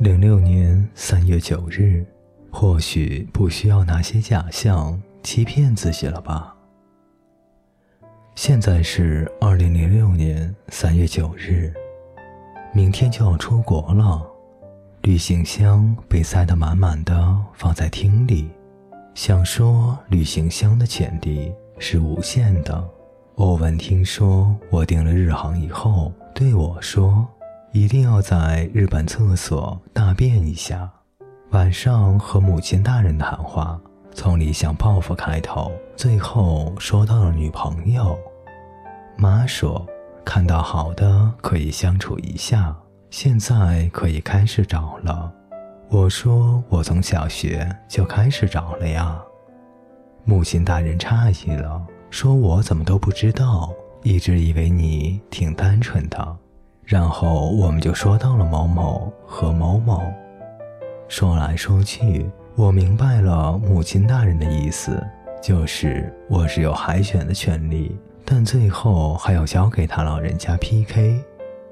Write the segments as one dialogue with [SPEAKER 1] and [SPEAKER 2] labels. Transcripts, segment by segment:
[SPEAKER 1] 06年3月9日，或许不需要拿些假象欺骗自己了吧。现在是2006年3月9日，明天就要出国了，旅行箱被塞得满满的放在厅里，想说旅行箱的潜力是无限的。欧文听说我订了日航以后，对我说一定要在日本厕所大便一下。晚上和母亲大人谈话，从理想抱负开头，最后说到了女朋友。妈说看到好的可以相处一下，现在可以开始找了。我说我从小学就开始找了呀。母亲大人诧异了，说我怎么都不知道，一直以为你挺单纯的。然后我们就说到了某某和某某，说来说去，我明白了母亲大人的意思，就是我是有海选的权利，但最后还要交给他老人家 PK。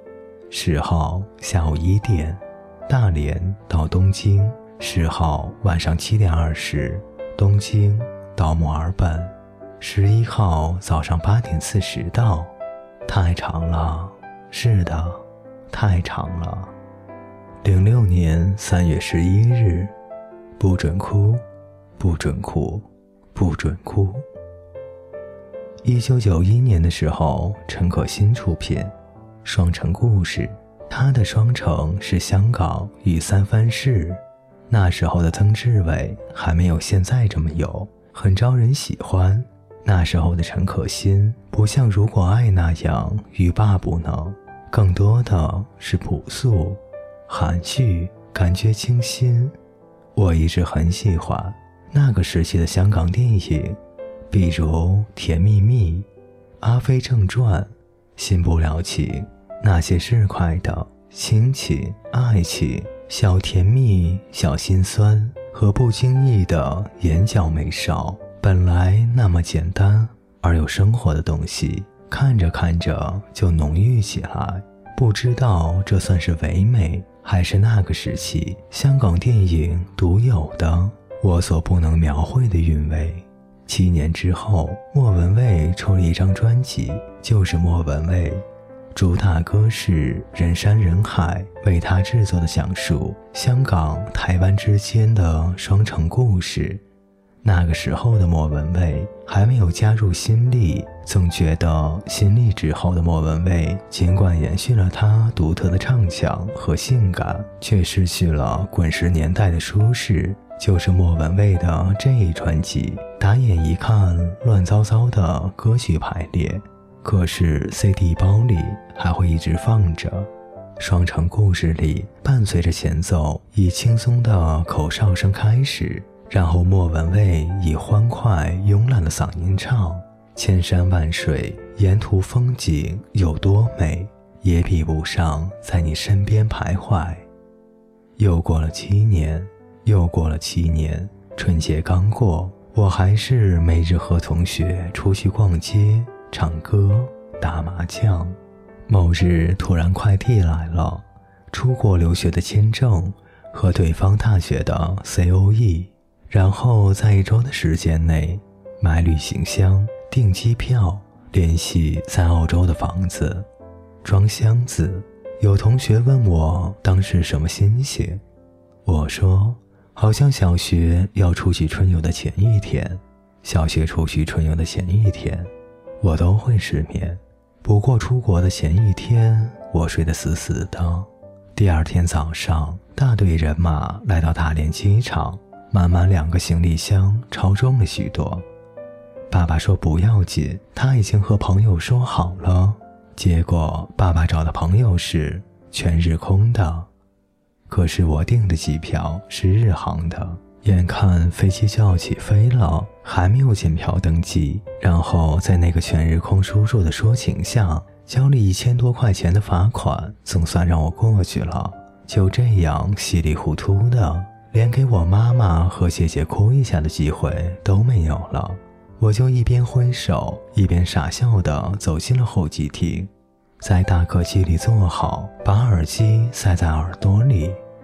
[SPEAKER 1] 10号下午1点，大连到东京，10号晚上7点20，东京到墨尔本，11号早上8点40到。太长了，是的，太长了。06年3月11日，不准哭，不准哭，不准哭。1991年的时候，陈可辛出品《双城故事》，他的双城是香港与三藩市。那时候的曾志伟还没有现在这么有，很招人喜欢。那时候的陈可辛不像《如果爱》那样欲罢不能，更多的是朴素、含蓄，感觉清新。我一直很喜欢那个时期的香港电影，比如《甜蜜蜜》《阿飞正传》《新不了情》，那些市侩的亲情、爱情、小甜蜜、小心酸和不经意的眼角眉梢，本来那么简单而有生活的东西，看着看着就浓郁起来。不知道这算是唯美，还是那个时期香港电影独有的我所不能描绘的韵味。7年之后，莫文蔚出了一张专辑，就是莫文蔚，主打歌是人山人海为他制作的讲述香港台湾之间的双城故事。那个时候的莫文蔚还没有加入新力，总觉得新力之后的莫文蔚尽管延续了她独特的唱腔和性感，却失去了滚石年代的舒适。就是莫文蔚的这一专辑，打眼一看乱糟糟的歌曲排列，可是 CD 包里还会一直放着。双城故事里伴随着前奏以轻松的口哨声开始，然后莫文蔚以欢快慵懒的嗓音唱，千山万水，沿途风景有多美，也比不上在你身边徘徊。又过了7年，又过了7年，春节刚过，我还是每日和同学出去逛街、唱歌、打麻将。某日突然快递来了，出国留学的签证和对方大学的 COE， 然后在1周的时间内买旅行箱、订机票、联系在澳洲的房子、装箱子。有同学问我当时什么心情，我说好像小学要出去春游的前一天，小学出去春游的前一天我都会失眠。不过出国的前一天我睡得死死的。第2天早上，大队人马来到大连机场，满满2个行李箱，超重了许多。爸爸说不要紧，他已经和朋友说好了。结果爸爸找的朋友是全日空的，可是我订的机票是日航的。眼看飞机就要起飞了，还没有检票登记，然后在那个全日空叔叔的说情下，交了1000多块钱的罚款，总算让我过去了。就这样稀里糊涂的，连给我妈妈和姐姐哭一下的机会都没有了。我就一边挥手，一边傻笑地走进了候机厅，在大客机里坐好，把耳机塞在耳朵里，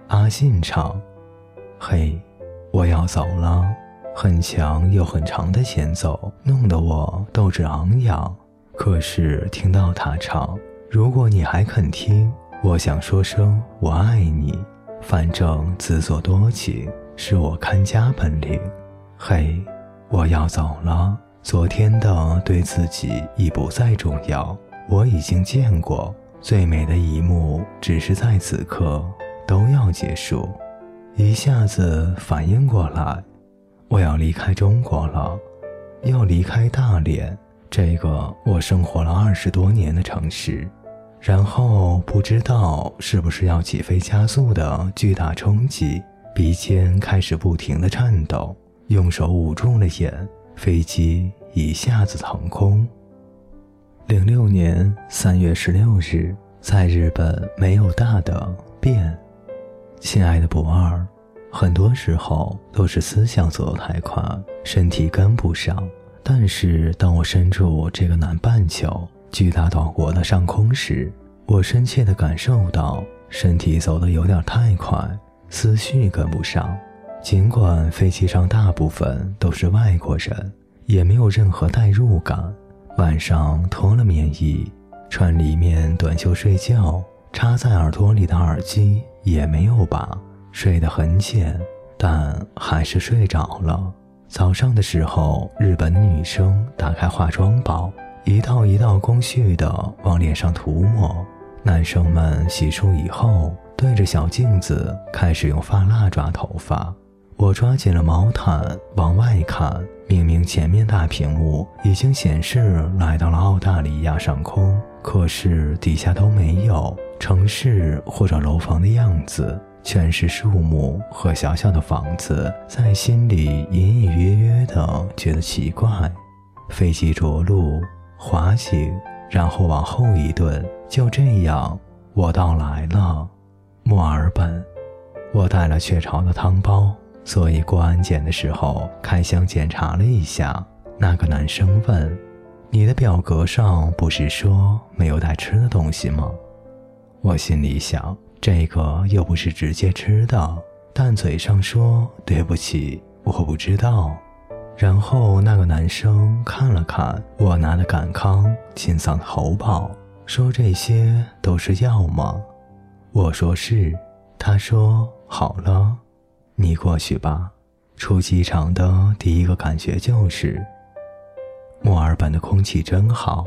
[SPEAKER 1] 阿信唱：嘿，我要走了。很强又很长的前奏，弄得我斗志昂扬。可是听到他唱：如果你还肯听，我想说声我爱你，反正自作多情是我看家本领。嘿，我要走了。昨天的对自己已不再重要，我已经见过最美的一幕，只是在此刻都要结束。一下子反应过来，我要离开中国了，要离开大连，这个我生活了20多年的城市。然后不知道是不是要起飞加速的巨大冲击，鼻尖开始不停地颤抖，用手捂住了眼，飞机一下子腾空。06年3月16日，在日本没有大的变。亲爱的不二，很多时候都是思想走得太快，身体跟不上。但是当我身处这个南半球巨大岛国的上空时，我深切地感受到身体走得有点太快，思绪跟不上。尽管飞机上大部分都是外国人，也没有任何代入感。晚上脱了棉衣，穿里面短袖睡觉，插在耳朵里的耳机也没有拔，睡得很浅，但还是睡着了。早上的时候，日本女生打开化妆包，一道一道工序地往脸上涂抹。男生们洗漱以后，对着小镜子开始用发蜡抓头发。我抓紧了毛毯往外看，明明前面大屏幕已经显示来到了澳大利亚上空，可是底下都没有城市或者楼房的样子，全是树木和小小的房子，在心里隐隐约约地觉得奇怪。飞机着陆滑行，然后往后一顿，就这样我到来了墨尔本。我带了雀巢的汤包，所以过安检的时候开箱检查了一下。那个男生问：你的表格上不是说没有带吃的东西吗？我心里想，这个又不是直接吃的，但嘴上说对不起，我不知道。然后那个男生看了看我拿的感康、清嗓的喉宝，说这些都是药吗？我说是。他说好了，你过去吧。出机场的第一个感觉就是墨尔本的空气真好。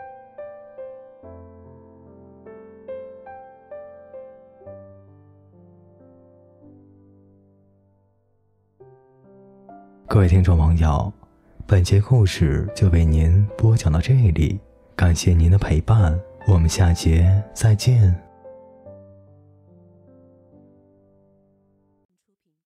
[SPEAKER 1] 各位听众网友，本节故事就为您播讲到这里，感谢您的陪伴，我们下节再见。